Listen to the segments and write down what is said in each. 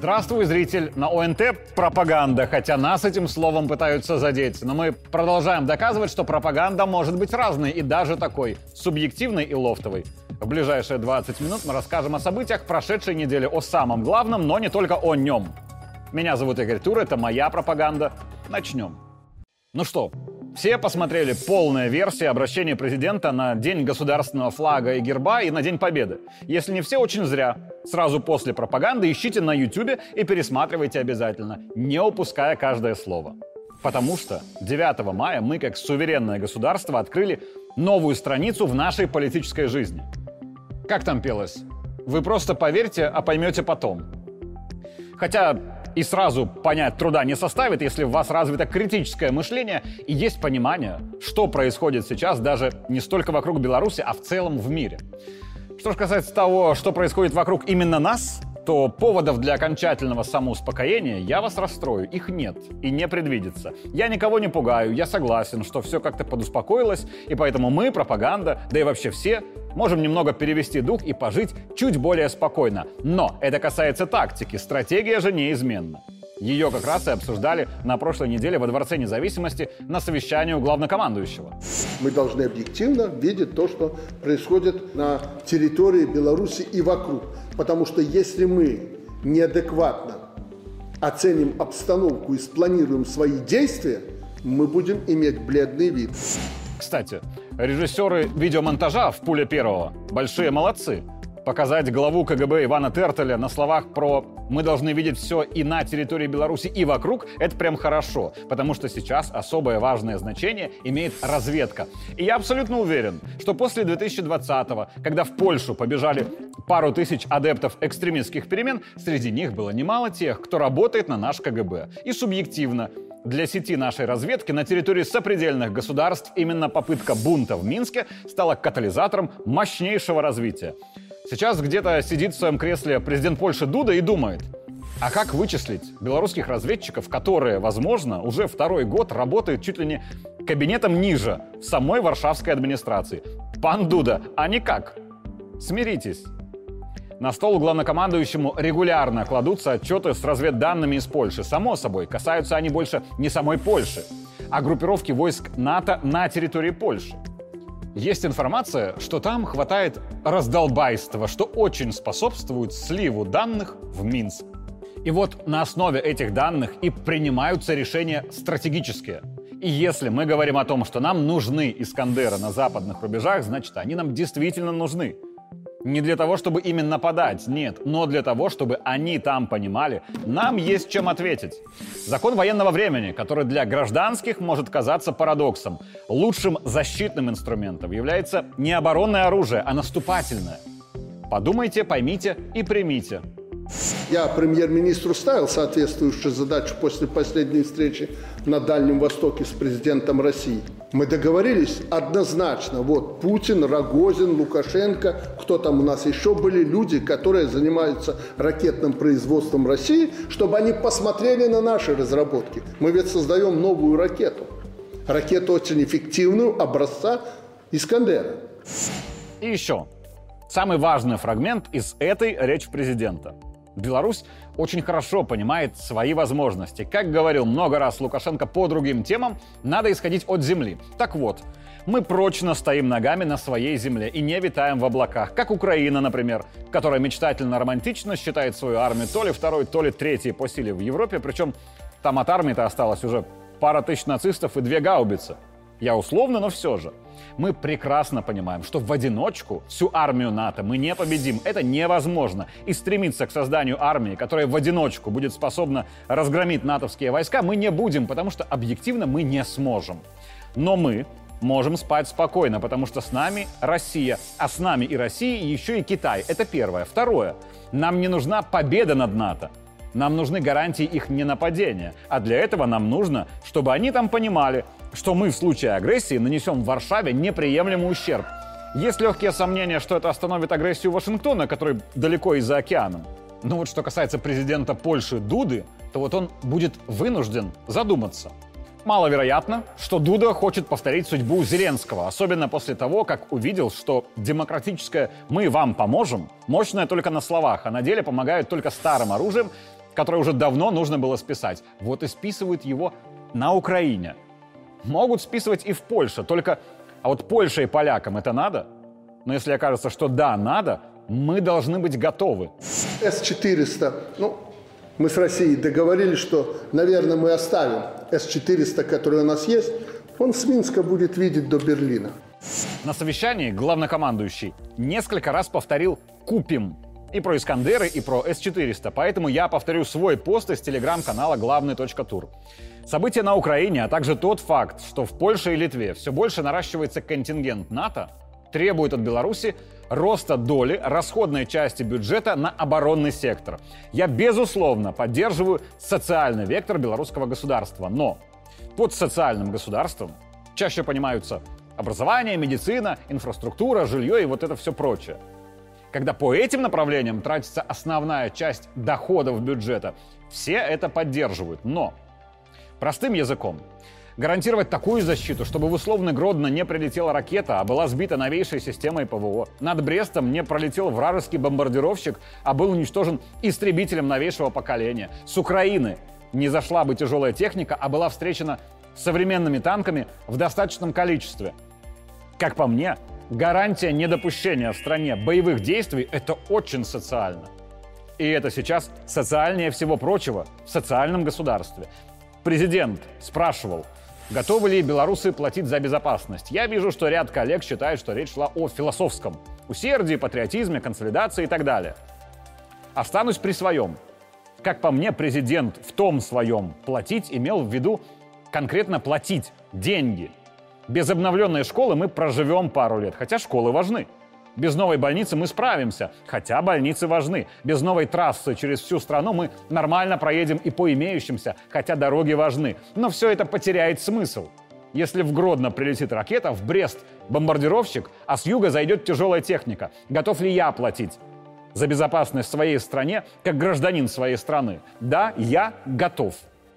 Здравствуй, зритель! На ОНТ пропаганда, хотя нас этим словом пытаются задеть. Но мы продолжаем доказывать, что пропаганда может быть разной и даже такой, субъективной и лофтовой. В ближайшие 20 минут мы расскажем о событиях прошедшей недели, о самом главном, но не только о нем. Меня зовут Игорь Тур, это моя пропаганда. Начнем. Ну что, все посмотрели полная версия обращения президента на День государственного флага и герба и на День Победы. Если не все, очень зря. Сразу после пропаганды ищите на YouTube и пересматривайте обязательно, не упуская каждое слово. Потому что 9 мая мы, как суверенное государство, открыли новую страницу в нашей политической жизни. Как там пелось? Вы просто поверьте, а поймете потом. Хотя и сразу понять труда не составит, если у вас развито критическое мышление и есть понимание, что происходит сейчас даже не столько вокруг Беларуси, а в целом в мире. Что же касается того, что происходит вокруг именно нас, то поводов для окончательного самоуспокоения я вас расстрою. Их нет и не предвидится. Я никого не пугаю, я согласен, что все как-то подуспокоилось, и поэтому мы, пропаганда, да и вообще все, можем немного перевести дух и пожить чуть более спокойно. Но это касается тактики, стратегия же неизменна. Ее как раз и обсуждали на прошлой неделе во Дворце независимости на совещании у главнокомандующего. Мы должны объективно видеть то, что происходит на территории Беларуси и вокруг. Потому что если мы неадекватно оценим обстановку и спланируем свои действия, мы будем иметь бледный вид. Кстати, режиссеры видеомонтажа в «Пуле первого» большие молодцы. Показать главу КГБ Ивана Тертеля на словах про «мы должны видеть все и на территории Беларуси, и вокруг» — это прям хорошо, потому что сейчас особое важное значение имеет разведка. И я абсолютно уверен, что после 2020-го, когда в Польшу побежали пару тысяч адептов экстремистских перемен, среди них было немало тех, кто работает на наш КГБ. И субъективно, для сети нашей разведки на территории сопредельных государств именно попытка бунта в Минске стала катализатором мощнейшего развития. Сейчас где-то сидит в своем кресле президент Польши Дуда и думает, а как вычислить белорусских разведчиков, которые, возможно, уже второй год работают чуть ли не кабинетом ниже в самой варшавской администрации. Пан Дуда, а никак. Смиритесь. На стол главнокомандующему регулярно кладутся отчеты с разведданными из Польши. Само собой, касаются они больше не самой Польши, а группировки войск НАТО на территории Польши. Есть информация, что там хватает раздолбайства, что очень способствует сливу данных в Минск. И вот на основе этих данных и принимаются решения стратегические. И если мы говорим о том, что нам нужны «Искандеры» на западных рубежах, значит, они нам действительно нужны. Не для того, чтобы ими нападать, нет, но для того, чтобы они там понимали, нам есть чем ответить. Закон военного времени, который для гражданских может казаться парадоксом, лучшим защитным инструментом является не оборонное оружие, а наступательное. Подумайте, поймите и примите. Я премьер-министру ставил соответствующую задачу после последней встречи на Дальнем Востоке с президентом России. Мы договорились однозначно, вот Путин, Рогозин, Лукашенко, кто там у нас еще были, люди, которые занимаются ракетным производством России, чтобы они посмотрели на наши разработки. Мы ведь создаем новую ракету. Ракету очень эффективную, образца «Искандера». И еще. Самый важный фрагмент из этой речи президента. Беларусь очень хорошо понимает свои возможности. Как говорил много раз Лукашенко по другим темам, надо исходить от земли. Так вот, мы прочно стоим ногами на своей земле и не витаем в облаках. Как Украина, например, которая мечтательно-романтично считает свою армию то ли второй, то ли третьей по силе в Европе. Причем там от армии-то осталось уже пара тысяч нацистов и 2 гаубицы. Я условно, но все же. Мы прекрасно понимаем, что в одиночку всю армию НАТО мы не победим. Это невозможно. И стремиться к созданию армии, которая в одиночку будет способна разгромить натовские войска, мы не будем, потому что объективно мы не сможем. Но мы можем спать спокойно, потому что с нами Россия, а с нами и Россия еще и Китай. Это первое. Второе. Нам не нужна победа над НАТО. Нам нужны гарантии их ненападения. А для этого нам нужно, чтобы они там понимали, что мы в случае агрессии нанесем Варшаве неприемлемый ущерб. Есть легкие сомнения, что это остановит агрессию Вашингтона, который далеко и за океаном. Но вот что касается президента Польши Дуды, то вот он будет вынужден задуматься. Маловероятно, что Дуда хочет повторить судьбу Зеленского, особенно после того, как увидел, что демократическое «мы вам поможем» мощное только на словах, а на деле помогают только старым оружием который уже давно нужно было списать. Вот и списывают его на Украине. Могут списывать и в Польше, только... А вот Польше и полякам это надо? Но если окажется, что да, надо, мы должны быть готовы. С-400, мы с Россией договорились, что, наверное, мы оставим С-400, который у нас есть, он с Минска будет видеть до Берлина. На совещании главнокомандующий несколько раз повторил «купим». И про «Искандеры», и про С-400. Поэтому я повторю свой пост из телеграм-канала «Главный.тур». События на Украине, а также тот факт, что в Польше и Литве все больше наращивается контингент НАТО, требует от Беларуси роста доли расходной части бюджета на оборонный сектор. Я, безусловно, поддерживаю социальный вектор белорусского государства, но под социальным государством чаще понимаются образование, медицина, инфраструктура, жилье и вот это все прочее. Когда по этим направлениям тратится основная часть доходов бюджета, все это поддерживают. Но простым языком гарантировать такую защиту, чтобы в условный Гродно не прилетела ракета, а была сбита новейшей системой ПВО. Над Брестом не пролетел вражеский бомбардировщик, а был уничтожен истребителем новейшего поколения. С Украины не зашла бы тяжелая техника, а была встречена современными танками в достаточном количестве. Как по мне, гарантия недопущения в стране боевых действий – это очень социально. И это сейчас социальнее всего прочего в социальном государстве. Президент спрашивал, готовы ли белорусы платить за безопасность. Я вижу, что ряд коллег считают, что речь шла о философском усердии, патриотизме, консолидации и так далее. Останусь при своем. Как по мне, президент в том своем платить имел в виду конкретно платить деньги. Без обновленной школы мы проживем пару лет, хотя школы важны. Без новой больницы мы справимся, хотя больницы важны. Без новой трассы через всю страну мы нормально проедем и по имеющимся, хотя дороги важны. Но все это потеряет смысл. Если в Гродно прилетит ракета, в Брест бомбардировщик, а с юга зайдет тяжелая техника. Готов ли я платить за безопасность в своей стране, как гражданин своей страны? Да, я готов.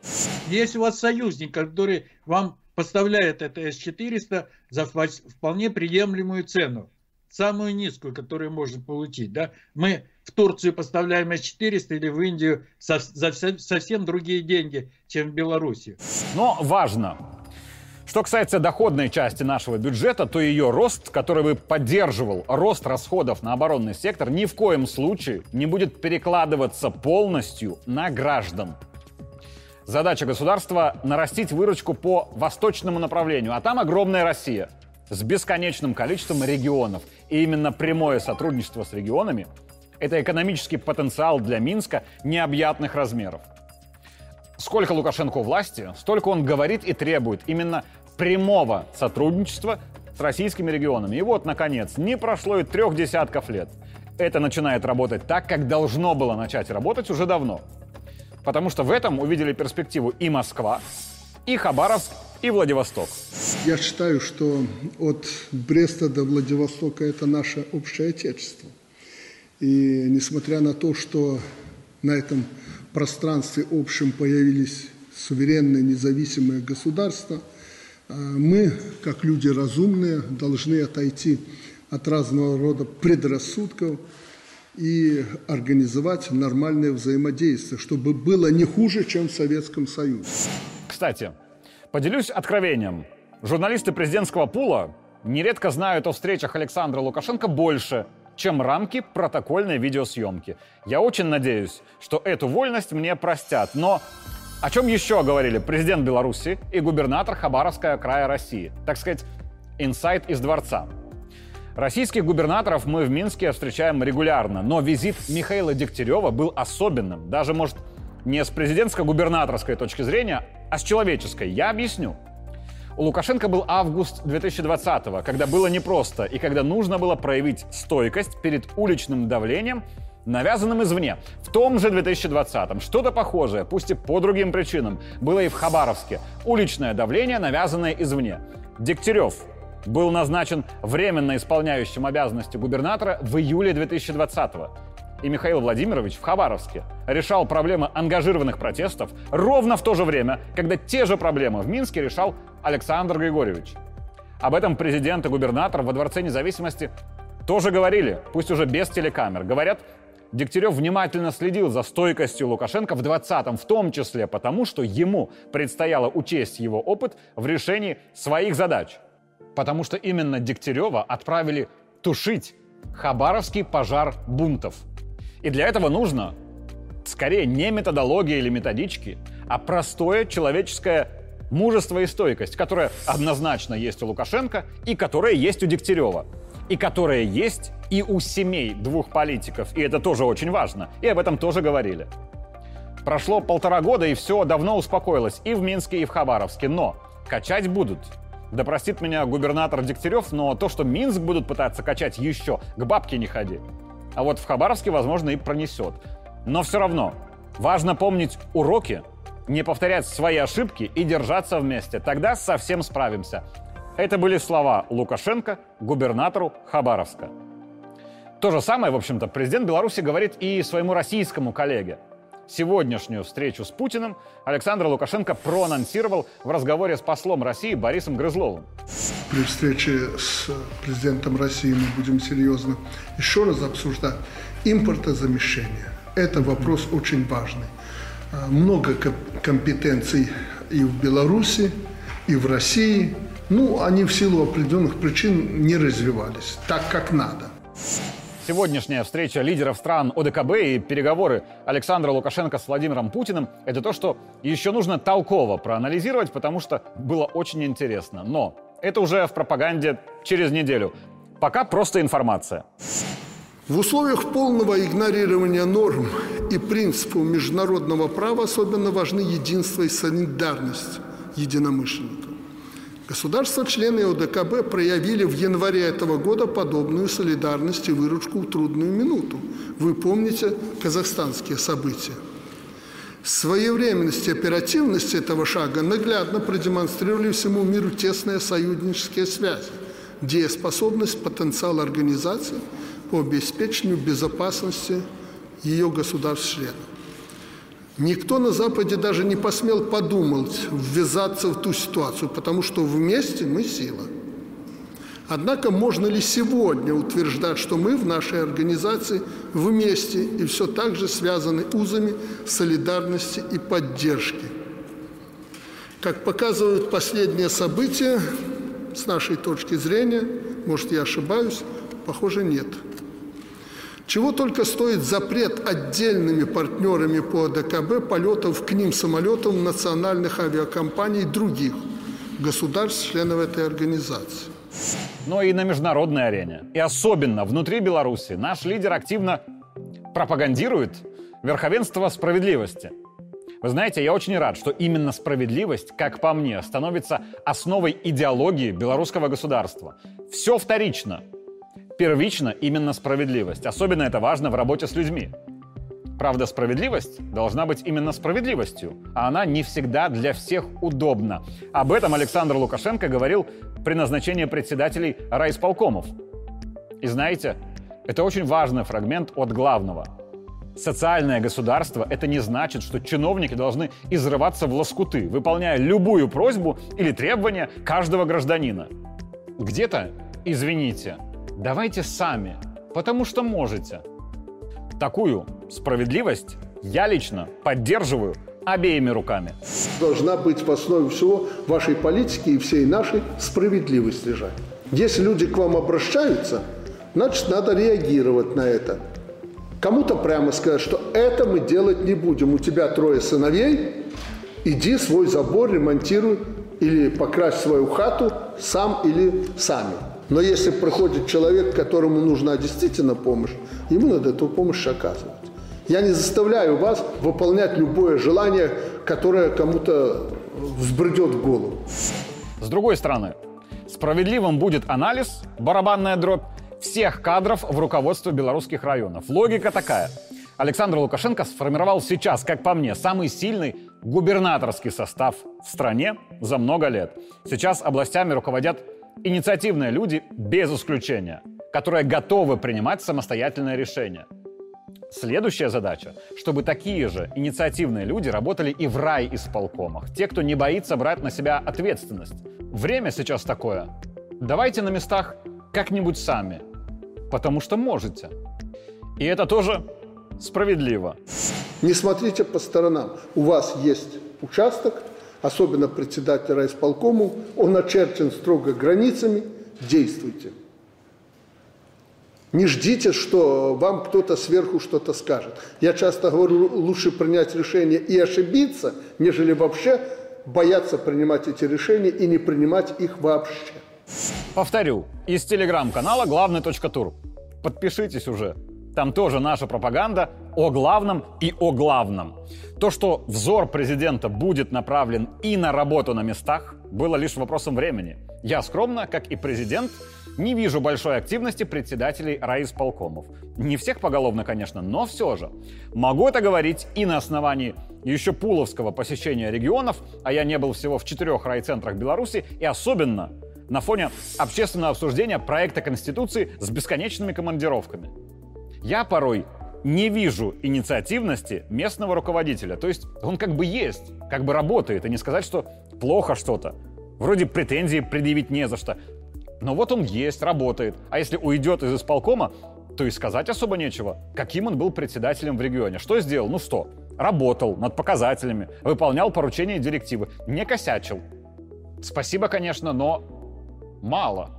Есть у вас союзник, который вам поставляет это С-400 за вполне приемлемую цену. Самую низкую, которую можно получить. Да? Мы в Турцию поставляем С-400 или в Индию за совсем другие деньги, чем в Беларуси. Но важно. Что касается доходной части нашего бюджета, то ее рост, который бы поддерживал рост расходов на оборонный сектор, ни в коем случае не будет перекладываться полностью на граждан. Задача государства – нарастить выручку по восточному направлению, а там огромная Россия с бесконечным количеством регионов. И именно прямое сотрудничество с регионами – это экономический потенциал для Минска необъятных размеров. Сколько Лукашенко у власти, столько он говорит и требует именно прямого сотрудничества с российскими регионами. И вот, наконец, не прошло и 3 десятков лет. Это начинает работать так, как должно было начать работать уже давно. Потому что в этом увидели перспективу и Москва, и Хабаровск, и Владивосток. Я считаю, что от Бреста до Владивостока это наше общее отечество. И несмотря на то, что на этом пространстве общем появились суверенные независимые государства, мы, как люди разумные, должны отойти от разного рода предрассудков и организовать нормальное взаимодействие, чтобы было не хуже, чем в Советском Союзе. Кстати, поделюсь откровением. Журналисты президентского пула нередко знают о встречах Александра Лукашенко больше, чем рамки протокольной видеосъемки. Я очень надеюсь, что эту вольность мне простят. Но о чем еще говорили президент Беларуси и губернатор Хабаровского края России? Так сказать, инсайт из дворца. Российских губернаторов мы в Минске встречаем регулярно, но визит Михаила Дегтярева был особенным. Даже, может, не с президентско-губернаторской точки зрения, а с человеческой. Я объясню. У Лукашенко был август 2020-го, когда было непросто и когда нужно было проявить стойкость перед уличным давлением, навязанным извне. В том же 2020-м что-то похожее, пусть и по другим причинам, было и в Хабаровске. Уличное давление, навязанное извне. Дегтярев был назначен временно исполняющим обязанности губернатора в июле 2020-го. И Михаил Владимирович в Хабаровске решал проблемы ангажированных протестов ровно в то же время, когда те же проблемы в Минске решал Александр Григорьевич. Об этом президент и губернатор во Дворце независимости тоже говорили, пусть уже без телекамер. Говорят Дегтярев внимательно следил за стойкостью Лукашенко в 2020-м, в том числе потому, что ему предстояло учесть его опыт в решении своих задач. Потому что именно Дегтярева отправили тушить хабаровский пожар бунтов. И для этого нужно скорее не методология или методички, а простое человеческое мужество и стойкость, которое однозначно есть у Лукашенко и которое есть у Дегтярева. И которое есть и у семей двух политиков. И это тоже очень важно. И об этом тоже говорили. Прошло 1,5 года, и все давно успокоилось и в Минске, и в Хабаровске. Но качать будут. Да простит меня губернатор Дегтярев, но то, что Минск будут пытаться качать еще, к бабке не ходи. А вот в Хабаровске, возможно, и пронесет. Но все равно важно помнить уроки, не повторять свои ошибки и держаться вместе. Тогда совсем справимся. Это были слова Лукашенко губернатору Хабаровска. То же самое, в общем-то, президент Беларуси говорит и своему российскому коллеге. Сегодняшнюю встречу с Путиным Александр Лукашенко проанонсировал в разговоре с послом России Борисом Грызловым. При встрече с президентом России мы будем серьезно еще раз обсуждать импортозамещение. Это вопрос очень важный. Много компетенций и в Беларуси, и в России. Они в силу определенных причин не развивались так, как надо. Сегодняшняя встреча лидеров стран ОДКБ и переговоры Александра Лукашенко с Владимиром Путиным – это то, что еще нужно толково проанализировать, потому что было очень интересно. Но это уже в пропаганде через неделю. Пока просто информация. В условиях полного игнорирования норм и принципов международного права особенно важны единство и солидарность единомышленников. Государства-члены ОДКБ проявили в январе этого года подобную солидарность и выручку в трудную минуту. Вы помните казахстанские события. Своевременность и оперативность этого шага наглядно продемонстрировали всему миру тесные союзнические связи, дееспособность, потенциал организации по обеспечению безопасности ее государств-членов. Никто на Западе даже не посмел подумать ввязаться в ту ситуацию, потому что вместе мы сила. Однако можно ли сегодня утверждать, что мы в нашей организации вместе и все так же связаны узами солидарности и поддержки? Как показывают последние события, с нашей точки зрения, может, я ошибаюсь, похоже, нет. Чего только стоит запрет отдельными партнерами по ОДКБ полетов к ним самолетов национальных авиакомпаний других государств, членов этой организации. Но и на международной арене, и особенно внутри Беларуси, наш лидер активно пропагандирует верховенство справедливости. Вы знаете, я очень рад, что именно справедливость, как по мне, становится основой идеологии белорусского государства. Все вторично. Первично именно справедливость. Особенно это важно в работе с людьми. Правда, справедливость должна быть именно справедливостью, а она не всегда для всех удобна. Об этом Александр Лукашенко говорил при назначении председателей райисполкомов. И знаете, это очень важный фрагмент от главного. Социальное государство – это не значит, что чиновники должны изрываться в лоскуты, выполняя любую просьбу или требование каждого гражданина. Где-то, извините, давайте сами, потому что можете. Такую справедливость я лично поддерживаю обеими руками. Должна быть в основе всего вашей политики и всей нашей справедливость лежать. Если люди к вам обращаются, значит, надо реагировать на это. Кому-то прямо сказать, что это мы делать не будем. У тебя 3 сыновей, иди свой забор ремонтируй или покрась свою хату сам или сами. Но если приходит человек, которому нужна действительно помощь, ему надо эту помощь оказывать. Я не заставляю вас выполнять любое желание, которое кому-то взбредет в голову. С другой стороны, справедливым будет анализ, барабанная дробь, всех кадров в руководстве белорусских районов. Логика такая. Александр Лукашенко сформировал сейчас, как по мне, самый сильный губернаторский состав в стране за много лет. Сейчас областями руководят инициативные люди без исключения, которые готовы принимать самостоятельные решения. Следующая задача, чтобы такие же инициативные люди работали и в райисполкомах. Те, кто не боится брать на себя ответственность. Время сейчас такое. Давайте на местах как-нибудь сами, потому что можете. И это тоже справедливо. Не смотрите по сторонам. У вас есть участок, особенно председатель райисполкому, он очерчен строго границами, действуйте. Не ждите, что вам кто-то сверху что-то скажет. Я часто говорю, лучше принять решение и ошибиться, нежели вообще бояться принимать эти решения и не принимать их вообще. Повторю, из телеграм-канала главный.тур. Подпишитесь уже. Там тоже наша пропаганда о главном и о главном. То, что взор президента будет направлен и на работу на местах, было лишь вопросом времени. Я скромно, как и президент, не вижу большой активности председателей райисполкомов. Не всех поголовно, конечно, но все же. Могу это говорить и на основании еще пуловского посещения регионов, а я не был всего в 4 райцентрах Беларуси, и особенно на фоне общественного обсуждения проекта Конституции с бесконечными командировками. Я порой не вижу инициативности местного руководителя. То есть он как бы есть, как бы работает, и не сказать, что плохо что-то. Вроде претензий предъявить не за что. Но вот он есть, работает. А если уйдет из исполкома, то и сказать особо нечего. Каким он был председателем в регионе? Что сделал? Ну что? Работал над показателями, выполнял поручения и директивы, не косячил. Спасибо, конечно, но мало.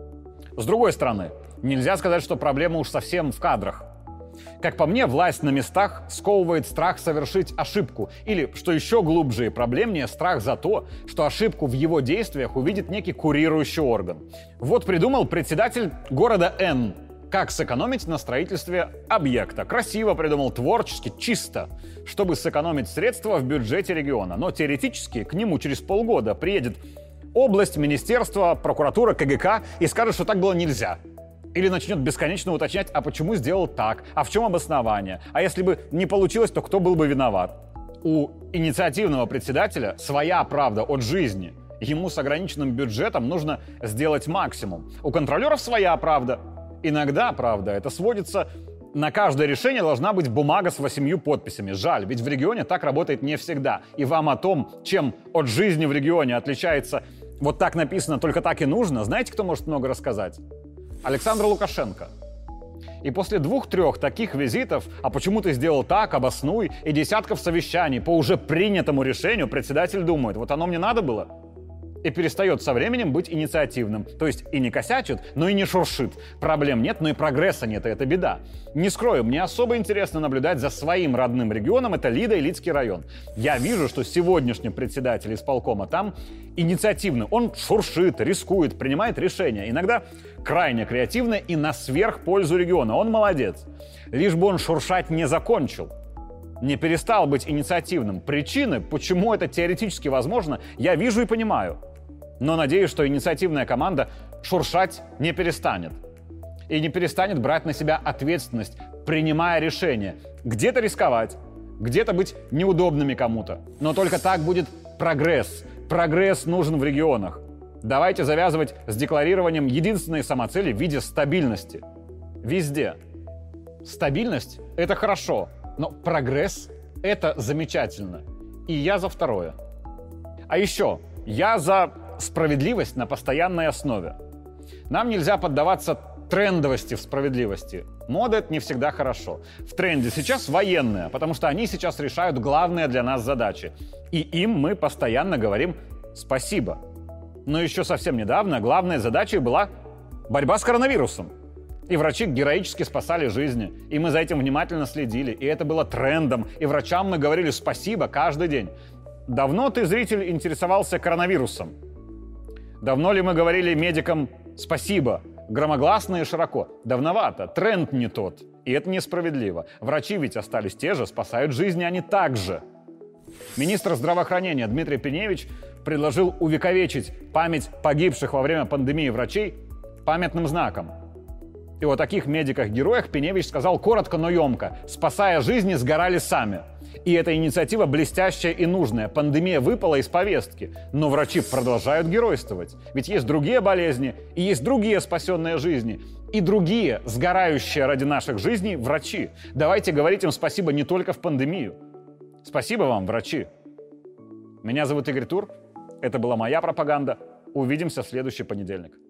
С другой стороны, нельзя сказать, что проблема уж совсем в кадрах. Как по мне, власть на местах сковывает страх совершить ошибку. Или, что еще глубже и проблемнее, страх за то, что ошибку в его действиях увидит некий курирующий орган. Вот придумал председатель города Н, как сэкономить на строительстве объекта. Красиво придумал, творчески, чисто, чтобы сэкономить средства в бюджете региона. Но теоретически к нему через полгода приедет область, министерство, прокуратура, КГК и скажет, что так было нельзя. Или начнет бесконечно уточнять, а почему сделал так, а в чем обоснование, а если бы не получилось, то кто был бы виноват. У инициативного председателя своя правда от жизни. Ему с ограниченным бюджетом нужно сделать максимум. У контролеров своя правда. Иногда, правда, это сводится: на каждое решение должна быть бумага с 8 подписями. Жаль, ведь в регионе так работает не всегда. И вам о том, чем от жизни в регионе отличается вот так написано, только так и нужно, знаете, кто может много рассказать? Александр Лукашенко. И после 2-3 таких визитов, а почему ты сделал так, обоснуй, и десятков совещаний по уже принятому решению, председатель думает, вот оно мне надо было? И перестает со временем быть инициативным. То есть и не косячит, но и не шуршит. Проблем нет, но и прогресса нет, и это беда. Не скрою, мне особо интересно наблюдать за своим родным регионом, это Лида и Лидский район. Я вижу, что сегодняшний председатель исполкома там инициативный. Он шуршит, рискует, принимает решения. Иногда крайне креативно и на сверхпользу региона. Он молодец. Лишь бы он шуршать не закончил. Не перестал быть инициативным. Причины, почему это теоретически возможно, я вижу и понимаю. Но надеюсь, что инициативная команда шуршать не перестанет. И не перестанет брать на себя ответственность, принимая решения. Где-то рисковать, где-то быть неудобными кому-то. Но только так будет прогресс. Прогресс нужен в регионах. Давайте завязывать с декларированием единственной самоцели в виде стабильности. Везде. Стабильность – это хорошо. Но прогресс – это замечательно. И я за второе. А еще я за справедливость на постоянной основе. Нам нельзя поддаваться трендовости в справедливости. Мода – это не всегда хорошо. В тренде сейчас военные, потому что они сейчас решают главные для нас задачи. И им мы постоянно говорим спасибо. Но еще совсем недавно главной задачей была борьба с коронавирусом. И врачи героически спасали жизни. И мы за этим внимательно следили. И это было трендом. И врачам мы говорили спасибо каждый день. Давно ты, зритель, интересовался коронавирусом? Давно ли мы говорили медикам спасибо? Громогласно и широко. Давновато. Тренд не тот. И это несправедливо. Врачи ведь остались те же, спасают жизни они также. Министр здравоохранения Дмитрий Пеневич предложил увековечить память погибших во время пандемии врачей памятным знаком. И о таких медиках-героях Пеневич сказал коротко, но емко: спасая жизни, сгорали сами. И эта инициатива блестящая и нужная. Пандемия выпала из повестки, но врачи продолжают геройствовать. Ведь есть другие болезни, и есть другие спасенные жизни, и другие, сгорающие ради наших жизней, врачи. Давайте говорить им спасибо не только в пандемию. Спасибо вам, врачи. Меня зовут Игорь Тур. Это была моя пропаганда. Увидимся в следующий понедельник.